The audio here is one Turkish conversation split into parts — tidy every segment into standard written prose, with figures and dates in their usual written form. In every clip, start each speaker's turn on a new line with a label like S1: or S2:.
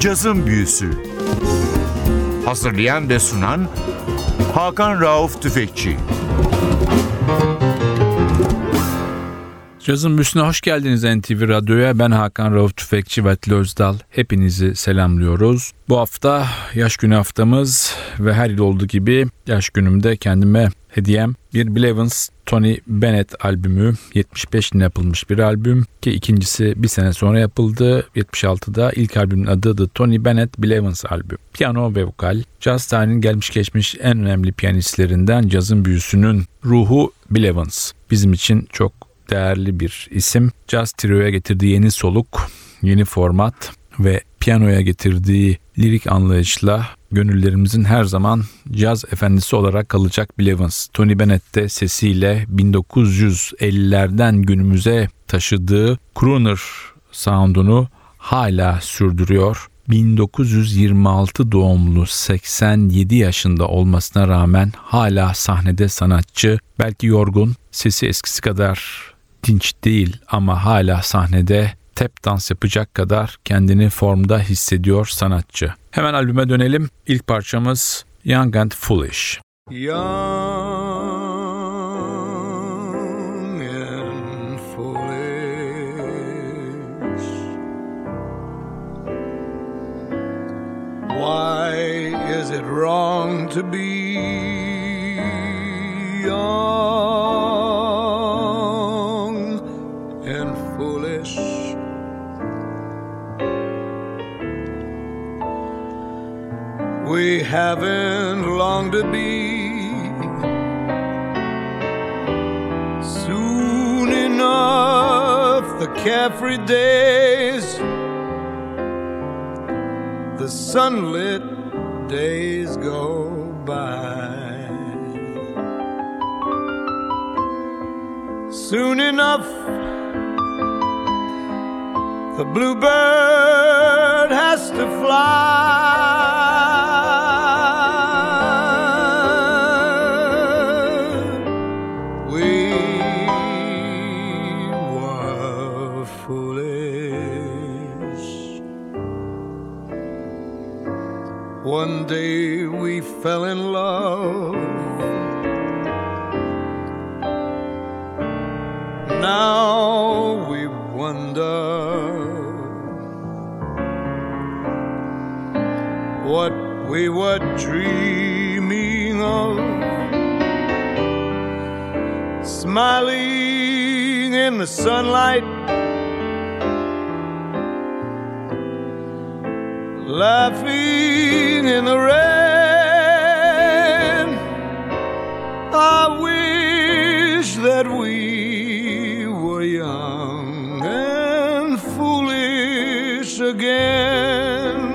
S1: Cazın Büyüsü. Hazırlayan ve sunan Hakan Rauf Tüfekçi.
S2: Cazın Büyüsü'ne hoş geldiniz NTV Radyo'ya. Ben Hakan Rauf Tüfekçi ve Atli Özdal. Hepinizi selamlıyoruz. Bu hafta yaş günü haftamız ve her yıl olduğu gibi yaş günümde kendime hediyem bir Bill Evans Tony Bennett albümü. 75'inde yapılmış bir albüm ki ikincisi bir sene sonra yapıldı. 76'da ilk albümün adı The Tony Bennett Bill Evans albüm. Piyano ve vokal. Caz tarihinin gelmiş geçmiş en önemli piyanistlerinden, cazın büyüsünün ruhu Bill Evans. Bizim için çok değerli bir isim. Caz trio'ya getirdiği yeni soluk, yeni format ve piyanoya getirdiği lirik anlayışla gönüllerimizin her zaman caz efendisi olarak kalacak Bill Evans. Tony Bennett de sesiyle 1950'lerden günümüze taşıdığı crooner sound'unu hala sürdürüyor. 1926 doğumlu, 87 yaşında olmasına rağmen hala sahnede sanatçı. Belki yorgun, sesi eskisi kadar dinç değil ama hala sahnede tap dans yapacak kadar kendini formda hissediyor sanatçı. Hemen albüme dönelim. İlk parçamız Young and Foolish.
S3: Young and foolish, why is it wrong to be young and foolish? We haven't long to be. Soon enough, the carefree days, the sunlit days go by. Soon enough, the bluebird has to fly. One day we fell in love. Now we wonder what we were dreaming of. Smiling in the sunlight, laughing in the rain. I wish that we were young and foolish again.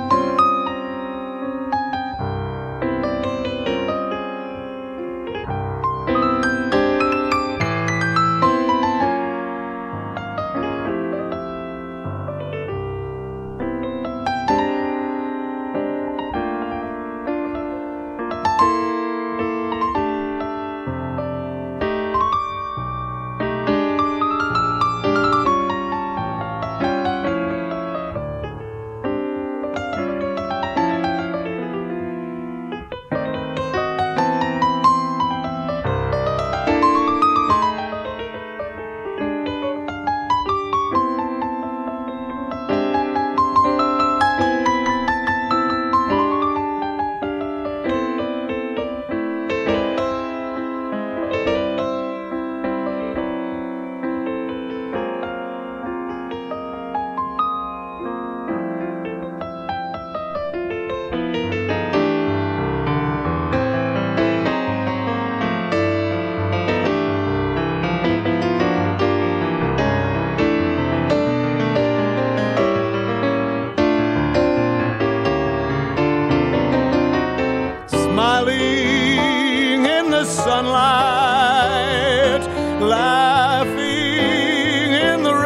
S3: Smiling in the sunlight, laughing in the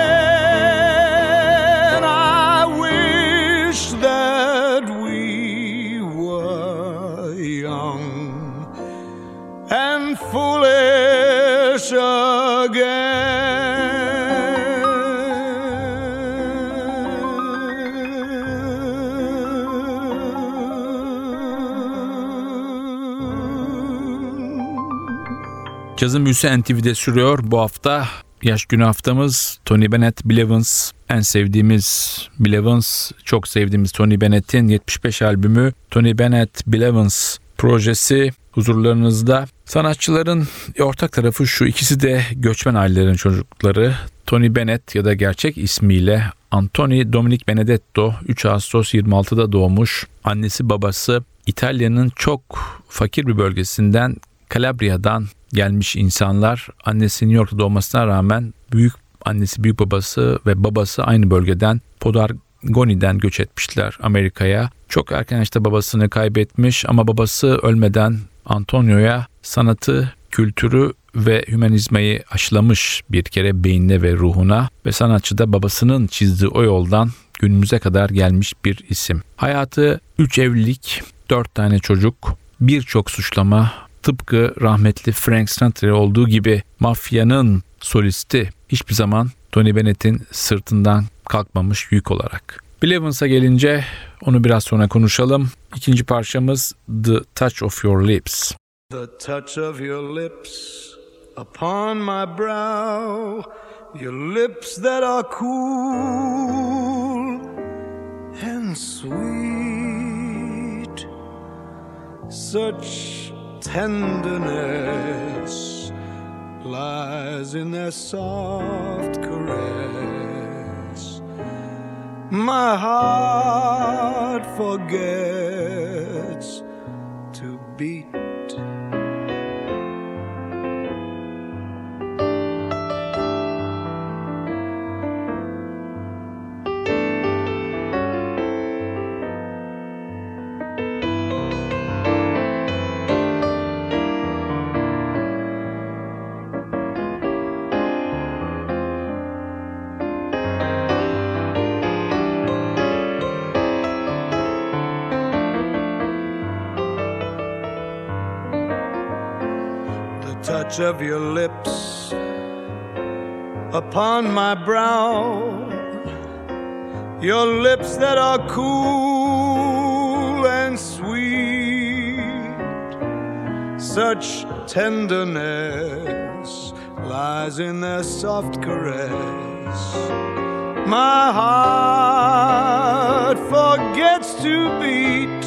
S3: rain. I wish that we were young and foolish again.
S2: Cazın Büyüsü NTV'de sürüyor. Bu hafta yaş günü haftamız. Tony Bennett, Bill Evans, en sevdiğimiz Bill Evans, çok sevdiğimiz Tony Bennett'in 75 albümü Tony Bennett, Bill Evans projesi huzurlarınızda. Sanatçıların ortak tarafı şu: ikisi de göçmen ailelerin çocukları. Tony Bennett ya da gerçek ismiyle Anthony Dominic Benedetto 3 Ağustos 26'da doğmuş. Annesi babası İtalya'nın çok fakir bir bölgesinden, Calabria'dan gelmiş insanlar. Annesi New York'ta doğmasına rağmen annesi, büyük babası ve babası aynı bölgeden, Podagoni'den göç etmişler Amerika'ya. Çok erken yaşta babasını kaybetmiş ama babası ölmeden Antonio'ya sanatı, kültürü ve hümanizmayı aşılamış bir kere beynine ve ruhuna ve sanatçı da babasının çizdiği o yoldan günümüze kadar gelmiş bir isim. Hayatı 3 evlilik, 4 tane çocuk, birçok suçlama, tıpkı rahmetli Frank Sinatra olduğu gibi mafyanın solisti hiçbir zaman Tony Bennett'in sırtından kalkmamış yük olarak. Bill Evans'a gelince onu biraz sonra konuşalım. İkinci parçamız The Touch of Your Lips.
S3: The touch of your lips upon my brow, your lips that are cool and sweet, such tenderness lies in their soft caress. My heart forgets to beat. Touch of your lips upon my brow, your lips that are cool and sweet, such tenderness lies in their soft caress. My heart forgets to beat.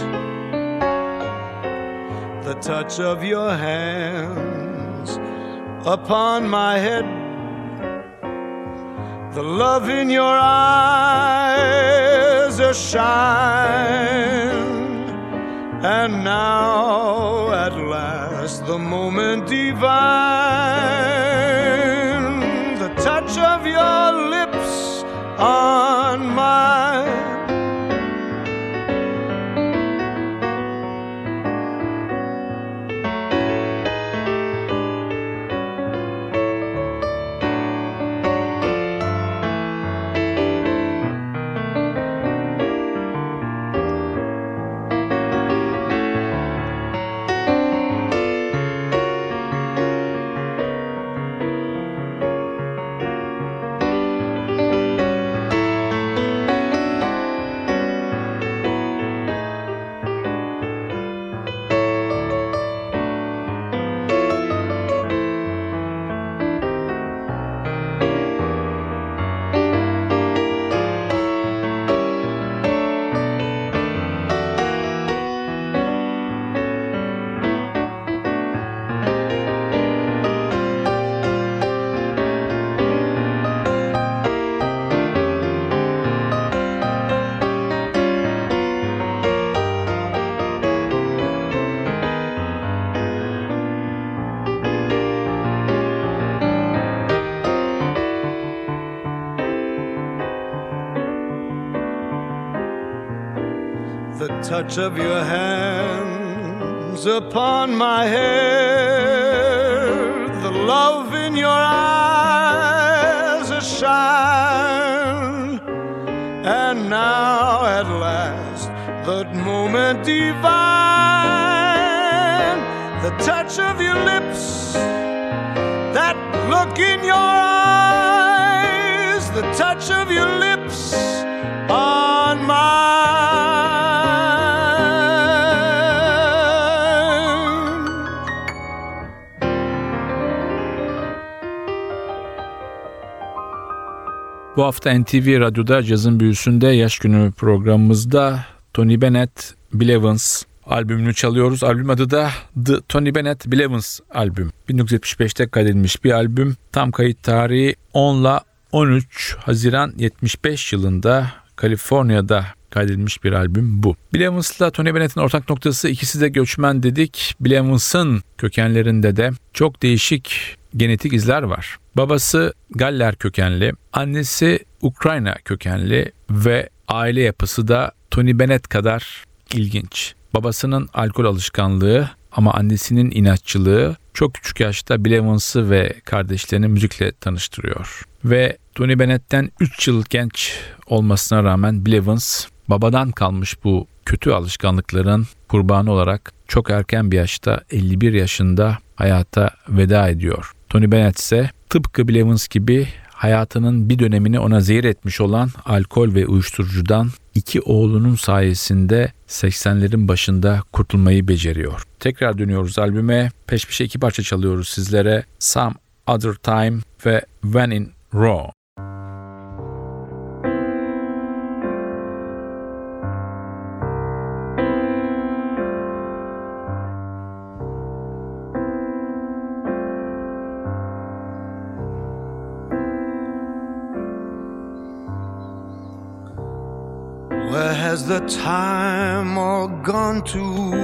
S3: The touch of your hands upon my head, the love in your eyes a shine, and now at last the moment divine, the touch of your lips on my the touch of your hands upon my hair, the love in your eyes a shine, and now at last that moment divine, the touch of your lips, that look in your eyes, the touch of your lips on mine.
S2: Bu hafta NTV Radyo'da Cazın Büyüsü'nde yaş günü programımızda Tony Bennett Bill Evans albümünü çalıyoruz. Albüm adı da The Tony Bennett Bill Evans albüm. 1975'te kaydedilmiş bir albüm. Tam kayıt tarihi 10 ile 13 Haziran 75 yılında Kaliforniya'da kaydedilmiş bir albüm bu. Bill Evans'la Tony Bennett'in ortak noktası, ikisi de göçmen dedik. Bill Evans'ın kökenlerinde de çok değişik genetik izler var. Babası Galler kökenli, annesi Ukrayna kökenli ve aile yapısı da Tony Bennett kadar ilginç. Babasının alkol alışkanlığı ama annesinin inatçılığı çok küçük yaşta Bill Evans'ı ve kardeşlerini müzikle tanıştırıyor. Ve Tony Bennett'ten 3 yıl genç olmasına rağmen Bill Evans babadan kalmış bu kötü alışkanlıkların kurbanı olarak çok erken bir yaşta 51 yaşında hayata veda ediyor. Tony Bennett ise tıpkı Bill Evans gibi hayatının bir dönemini ona zehir etmiş olan alkol ve uyuşturucudan 2 oğlunun sayesinde 80'lerin başında kurtulmayı beceriyor. Tekrar dönüyoruz albüme. Peş peşe 2 parça çalıyoruz sizlere. Some Other Time ve When in Raw.
S3: Where has the time all gone to?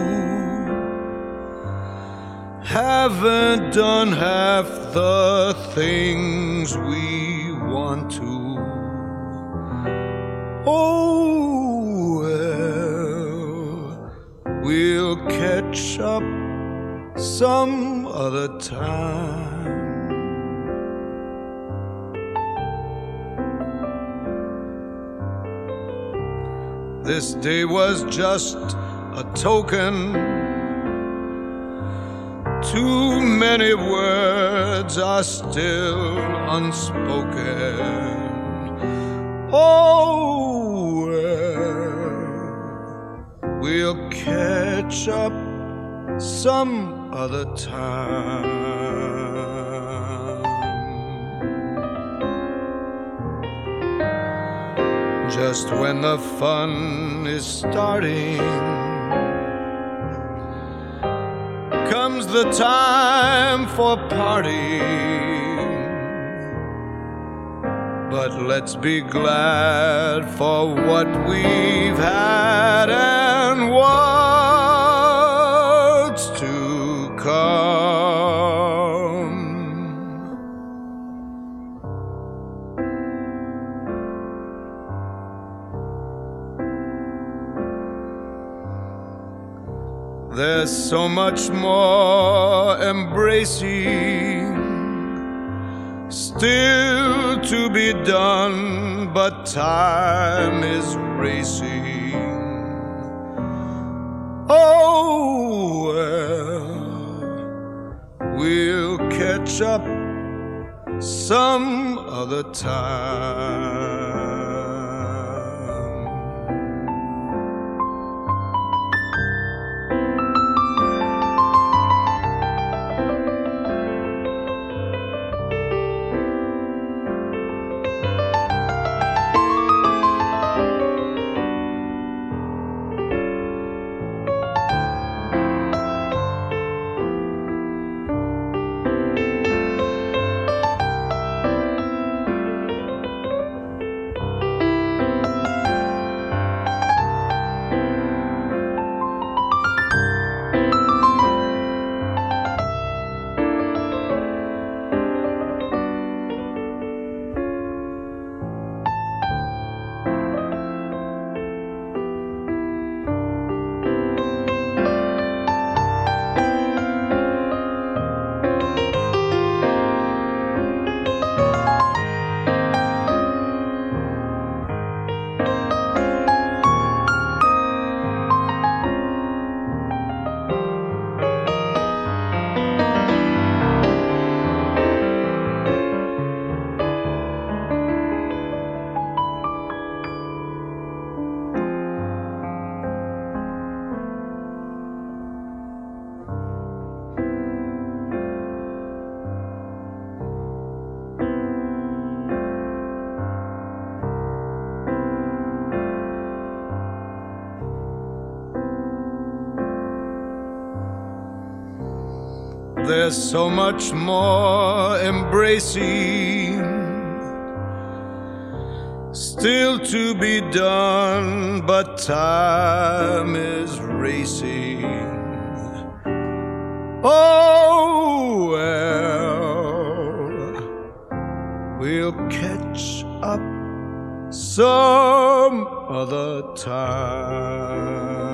S3: Haven't done half the things we want to. Oh, well, we'll catch up some other time. This day was just a token. Too many words are still unspoken. Oh, well, we'll catch up some other time. Just when the fun is starting, comes the time for parting. But let's be glad for what we've had and what's to come. There's so much more embracing still to be done, but time is racing. Oh, well, we'll catch up some other time. there's so much more embracing still to be done, but time is racing. Oh, well, we'll catch up some other time.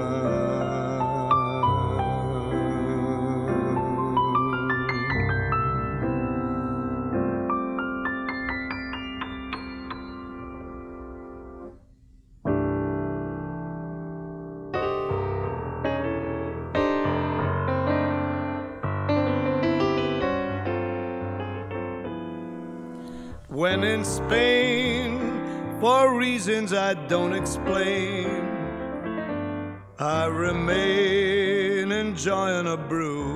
S3: When in Spain, for reasons I don't explain, I remain enjoying a brew.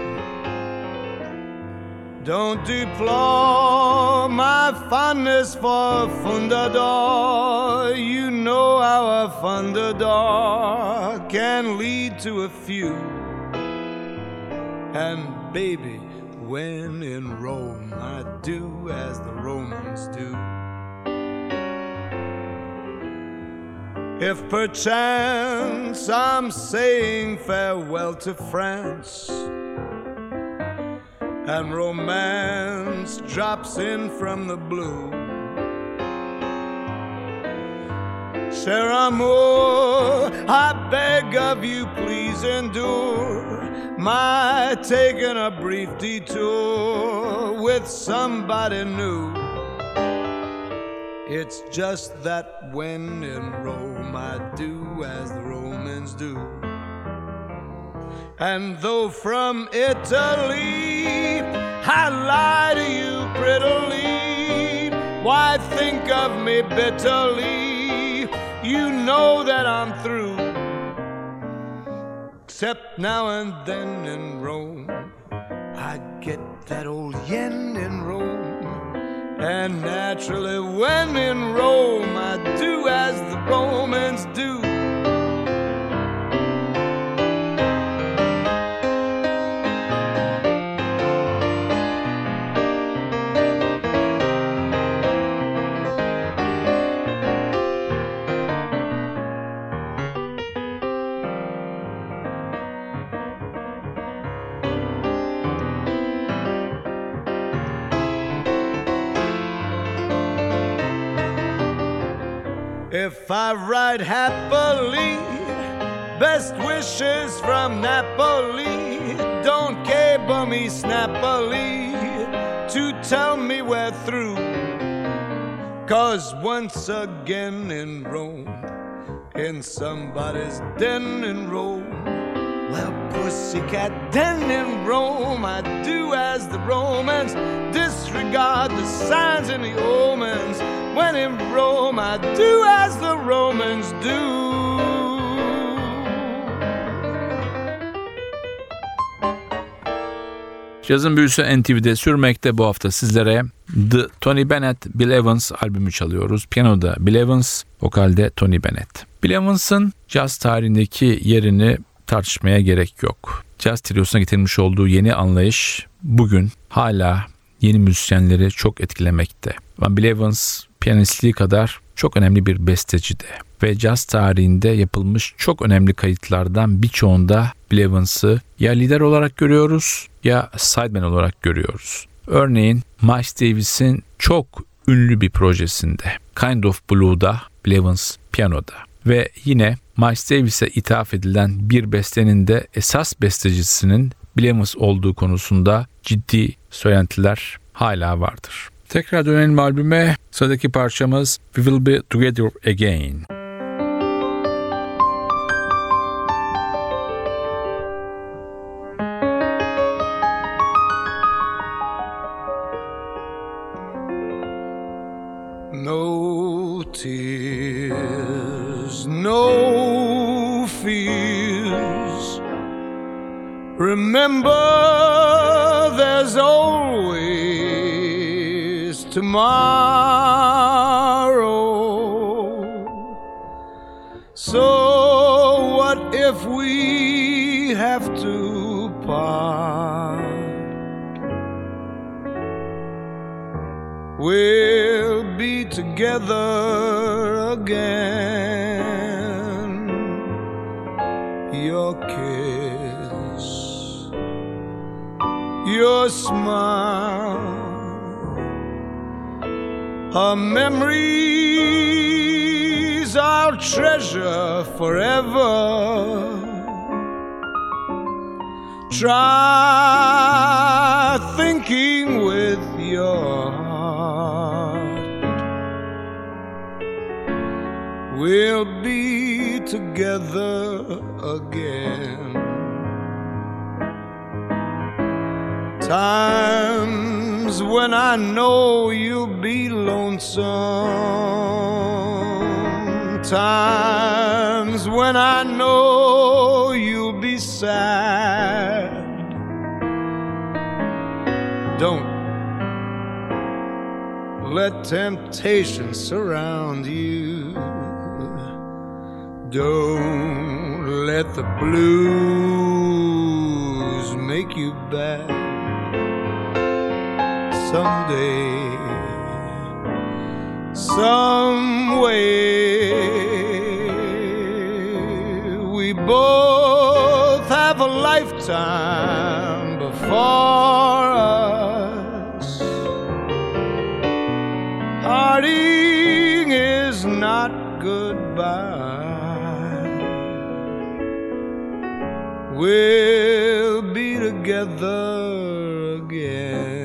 S3: Don't deplore my fondness for Fundador. You know how a Fundador can lead to a few. And baby, when in Rome, I do as the Romans do. If perchance I'm saying farewell to France, and romance drops in from the blue, cher amour, I beg of you, please endure my taking a brief detour with somebody new. It's just that when in Rome, I do as the Romans do. And though from Italy I lie to you prettily, why think of me bitterly? You know that I'm through. Except now and then in Rome, I get that old yen in Rome. And naturally when in Rome, I do as the Romans do. If I ride happily, best wishes from Napoli. Don't cable me snappily to tell me we're through. 'Cause once again in Rome, in somebody's den in Rome, well, pussycat, den in Rome, I do as the Romans, disregard the signs and the omens. When in Rome, I do as the Romans do.
S2: Cazın büyüsü NTV'de sürmekte. Bu hafta sizlere The Tony Bennett Bill Evans albümü çalıyoruz. Piyanoda Bill Evans, vokalde Tony Bennett. Bill Evans'ın caz tarihindeki yerini tartışmaya gerek yok. Caz triosuna getirmiş olduğu yeni anlayış bugün hala yeni müzisyenleri çok etkilemekte. Bill Evans piyanistliği kadar çok önemli bir besteci de ve caz tarihinde yapılmış çok önemli kayıtlardan birçoğunda Bill Evans'ı ya lider olarak görüyoruz ya sideman olarak görüyoruz. Örneğin Miles Davis'in çok ünlü bir projesinde Kind of Blue'da Bill Evans piyanoda ve yine Miles Davis'e ithaf edilen bir bestenin de esas bestecisinin Bill Evans olduğu konusunda ciddi söylentiler hala vardır. Tekrar dönelim albüme. Sıradaki parçamız We Will Be Together Again.
S3: No tears, no fears. Remember, there's always tomorrow. So what if we have to part? we'll be together again. Your kiss, your smile, our memories I'll treasure forever. Try thinking with your heart. We'll be together again. Times when I know you'll be lonesome. Times when I know you'll be sad. Don't let temptation surround you. Don't let the blues make you bad. Someday, some way, we both have a lifetime before us. Parting is not goodbye. We'll be together again.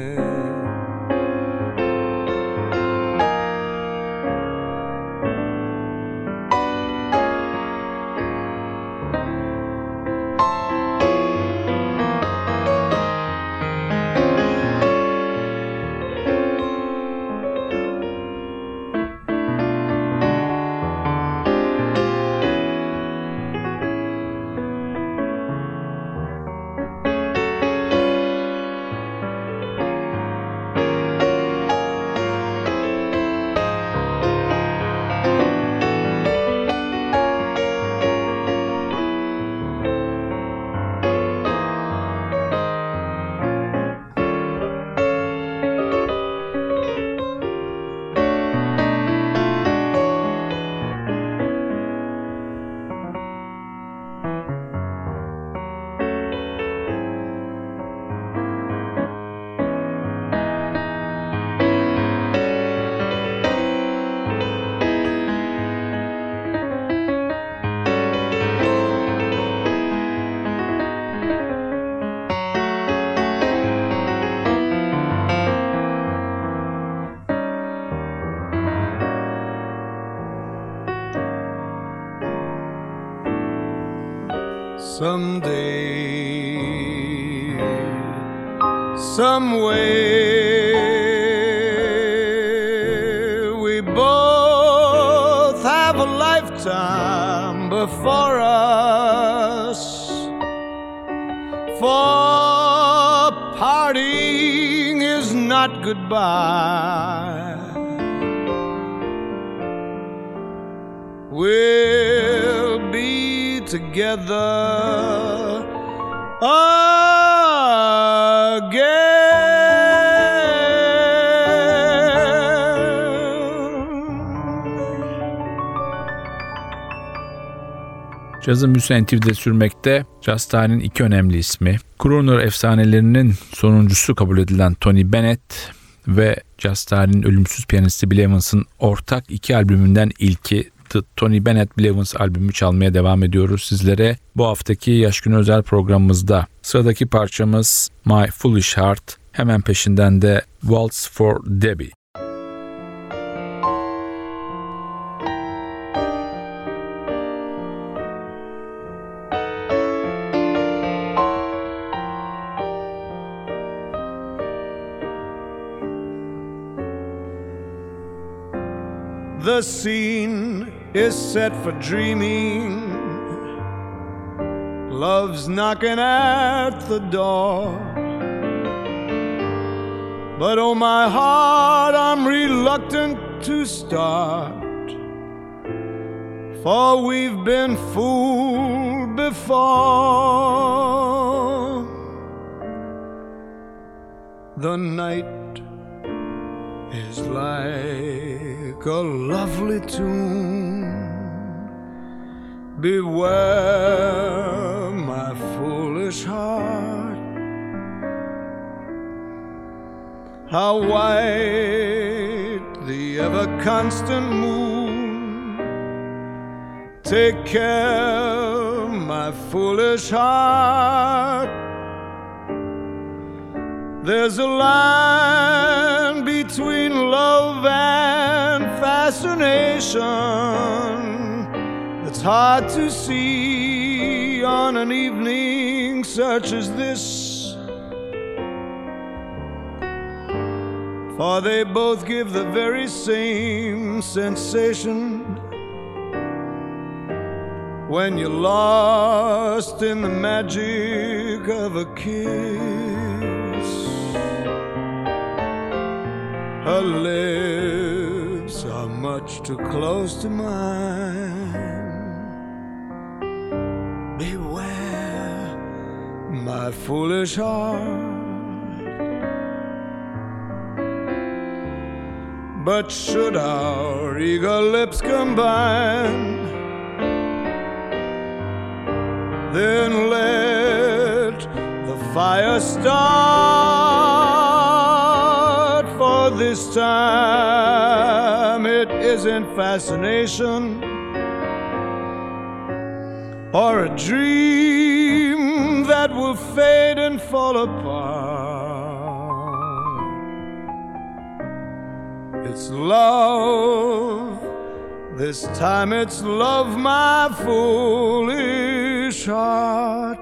S3: Someday, some way, we both have a lifetime before us. For parting is not goodbye. We'll be together
S2: Cazın büyüsü NTV'de sürmekte. Jazz tarihinin iki önemli ismi. Crooner efsanelerinin sonuncusu kabul edilen Tony Bennett ve caz tarihinin ölümsüz piyanisti Bill Evans'ın ortak iki albümünden ilki The Tony Bennett Bill Evans albümü çalmaya devam ediyoruz sizlere. Bu haftaki Yaş Günü özel programımızda sıradaki parçamız My Foolish Heart, hemen peşinden de Waltz for Debbie.
S3: The scene is set for dreaming. Love's knocking at the door. But oh my heart, I'm reluctant to start, for we've been fooled before. The night is like a lovely tune. Beware, my foolish heart, how white the ever-constant moon. Take care, my foolish heart, there's a line between love and fascination. It's hard to see on an evening such as this, for they both give the very same sensation when you're lost in the magic of a kiss. Her lips are much too close to mine. Beware, my foolish heart. But should our eager lips combine, then let the fire start. For this time it isn't fascination or a dream that will fade and fall apart. It's love, this time it's love, my foolish heart.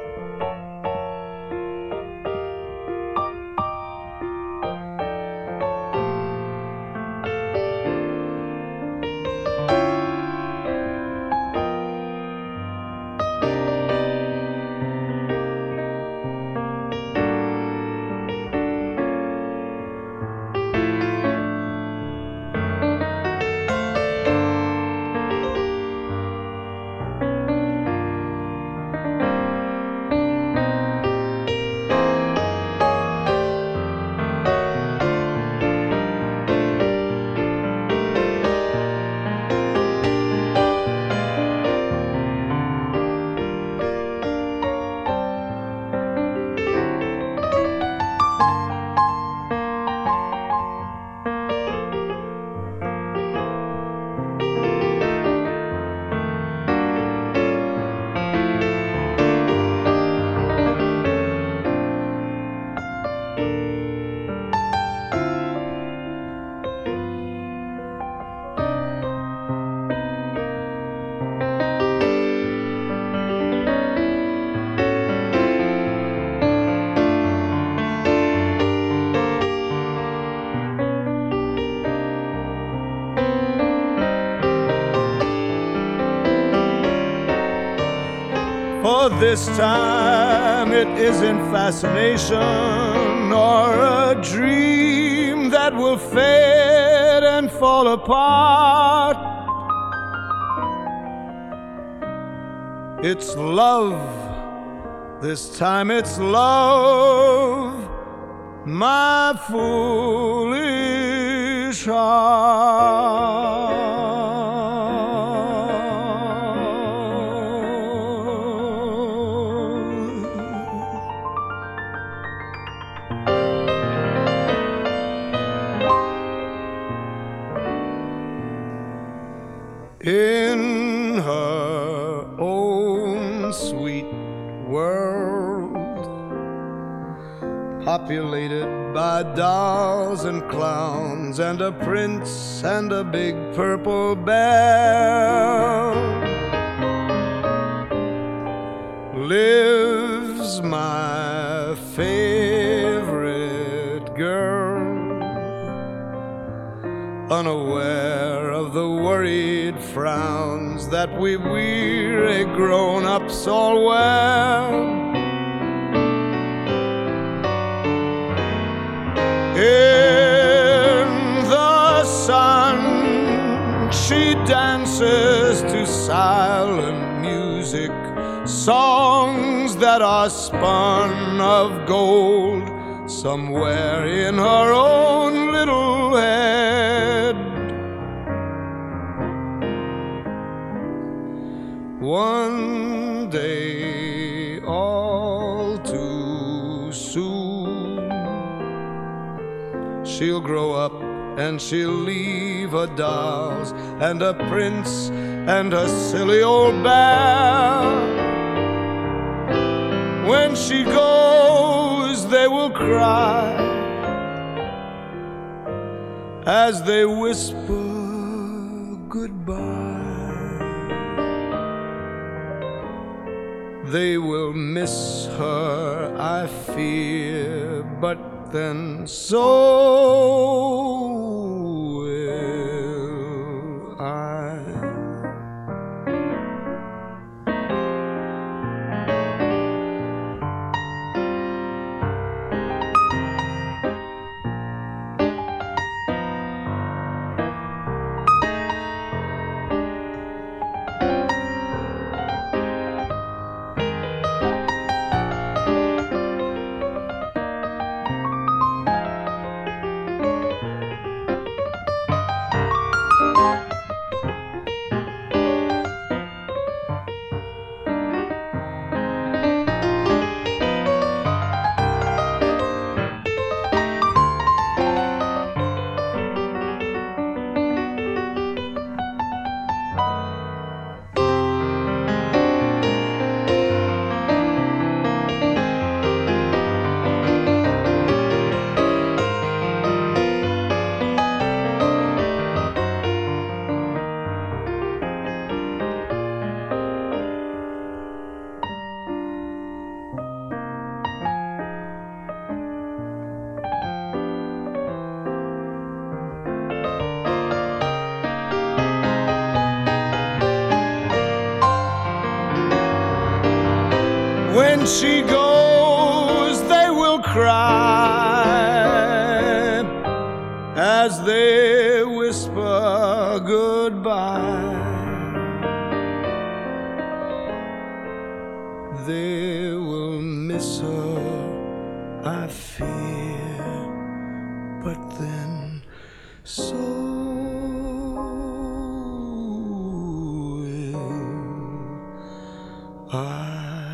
S3: For this time it isn't fascination or a dream that will fade and fall apart. It's love, this time it's love, my foolish heart. In her own sweet world, populated by dolls and clowns and a prince and a big purple bear, lives my favorite girl, unaware of the worried frowns that we weary grown-ups all wear. In the sun she dances to silent music, songs that are spun of gold somewhere in her own little head. One day, all too soon, she'll grow up and she'll leave her dolls and her prince and her silly old bear. When she goes, they will cry as they whisper goodbye. They will miss her, I fear, but then so will I. When she goes, they will cry as they whisper goodbye. They will miss her, I fear, but then so will I.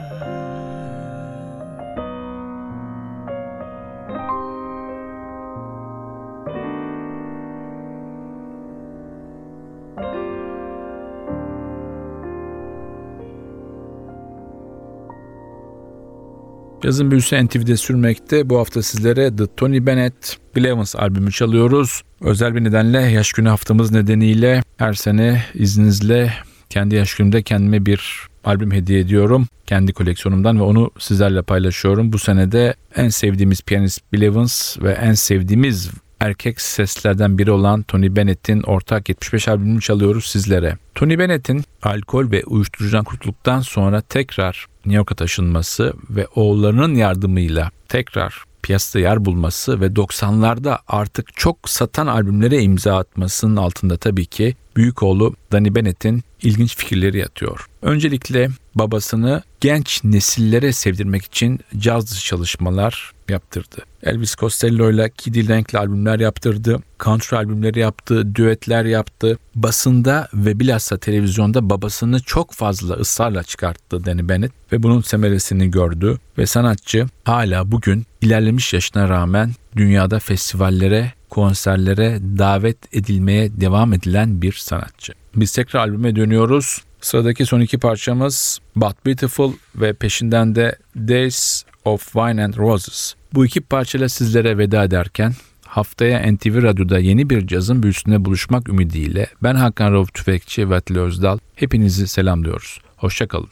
S2: Yazın büyüsü NTV'de sürmekte. Bu hafta sizlere The Tony Bennett Blevins albümü çalıyoruz. Özel bir nedenle yaş günü haftamız nedeniyle her sene izninizle kendi yaş günümde kendime bir albüm hediye ediyorum. Kendi koleksiyonumdan ve onu sizlerle paylaşıyorum. Bu sene de en sevdiğimiz piyanist Blevins ve en sevdiğimiz erkek seslerden biri olan Tony Bennett'in ortak 75 albümünü çalıyoruz sizlere. Tony Bennett'in alkol ve uyuşturucudan kurtulduktan sonra tekrar New York'a taşınması ve oğullarının yardımıyla tekrar piyasada yer bulması ve 90'larda artık çok satan albümlere imza atmasının altında tabii ki büyük oğlu Danny Bennett'in ilginç fikirleri yatıyor. Öncelikle babasını genç nesillere sevdirmek için caz dışı çalışmalar yaptırdı. Elvis Costello ile Kiddy Lang'le albümler yaptırdı, country albümleri yaptı, düetler yaptı. Basında ve bilhassa televizyonda babasını çok fazla ısrarla çıkarttı Danny Bennett ve bunun semeresini gördü ve sanatçı hala bugün ilerlemiş yaşına rağmen dünyada festivallere, konserlere davet edilmeye devam edilen bir sanatçı. Biz tekrar albüme dönüyoruz. Sıradaki son iki parçamız But Beautiful ve peşinden de Days of Wine and Roses. Bu iki parçayla sizlere veda ederken haftaya NTV Radyo'da yeni bir cazın büyüsüne buluşmak ümidiyle ben Hakan Rauf Tüfekçi ve Atli Özdal hepinizi selamlıyoruz. Hoşça kalın.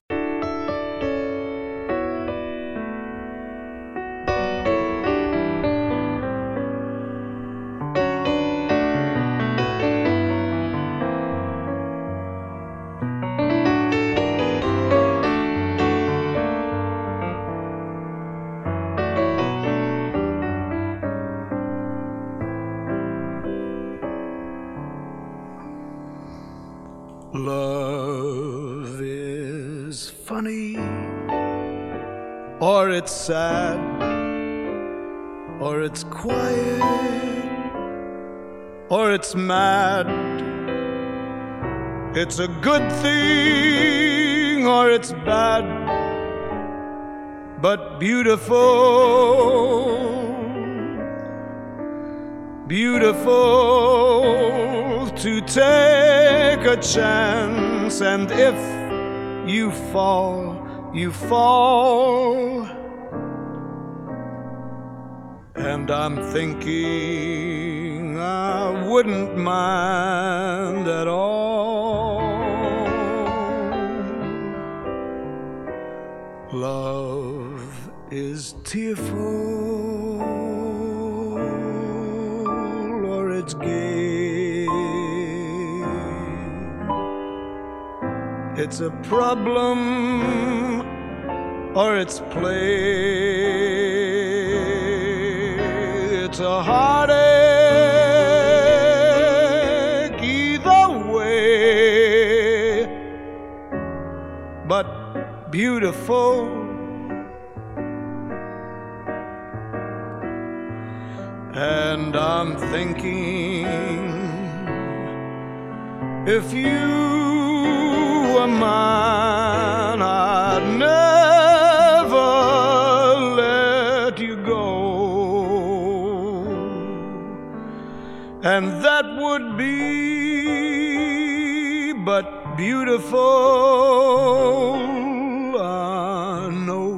S3: Love is funny, or it's sad, or it's quiet, or it's mad. It's a good thing or it's bad, but beautiful, beautiful to take a chance. And if you fall, you fall. And I'm thinking I wouldn't mind at all. Love is tearful or it's gay. It's a problem or it's play. It's a heartache either way, but beautiful. And I'm thinking, if you were mine, I'd never let you go. And that would be but beautiful, I know.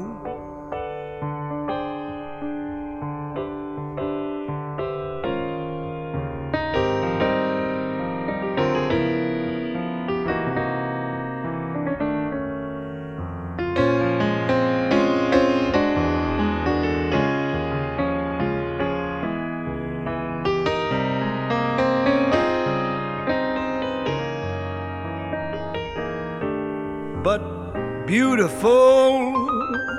S3: But beautiful.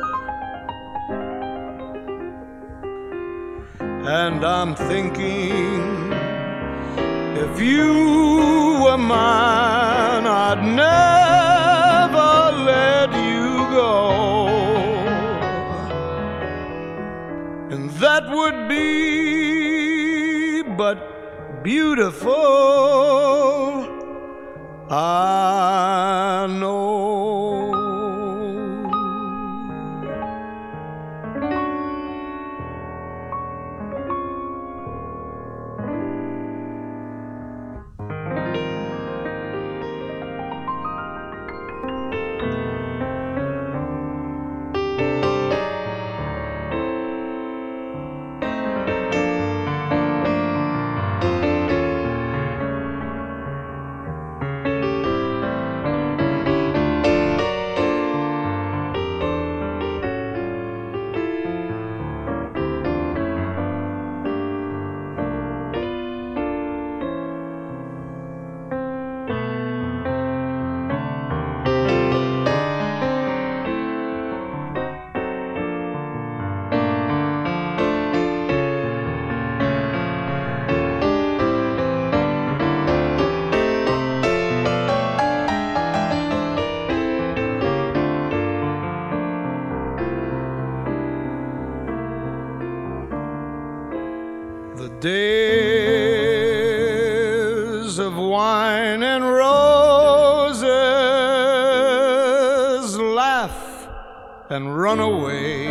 S3: And I'm thinking, if you were mine, I'd never let you go. And that would be but beautiful, I know. Days of wine and roses, laugh and run away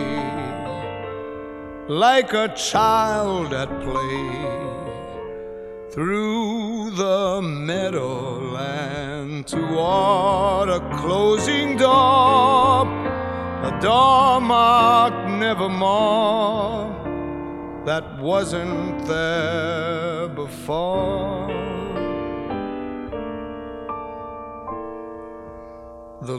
S3: like a child at play through the meadowland toward a closing door, a door marked nevermore that wasn't there before. The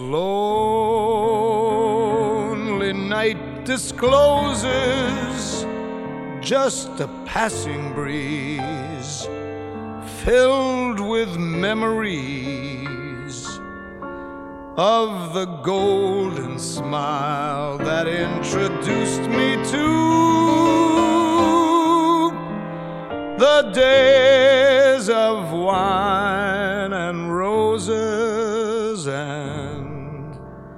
S3: lonely night discloses just a passing breeze filled with memories of the golden smile that introduced me to the days of wine and roses and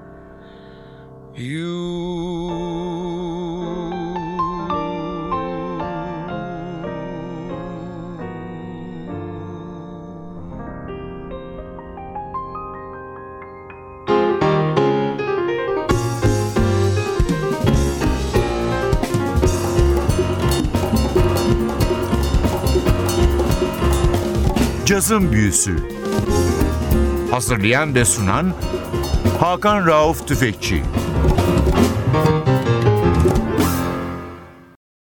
S3: you.
S1: Cazın Büyüsü. Hazırlayan ve sunan Hakan Rauf Tüfekçi.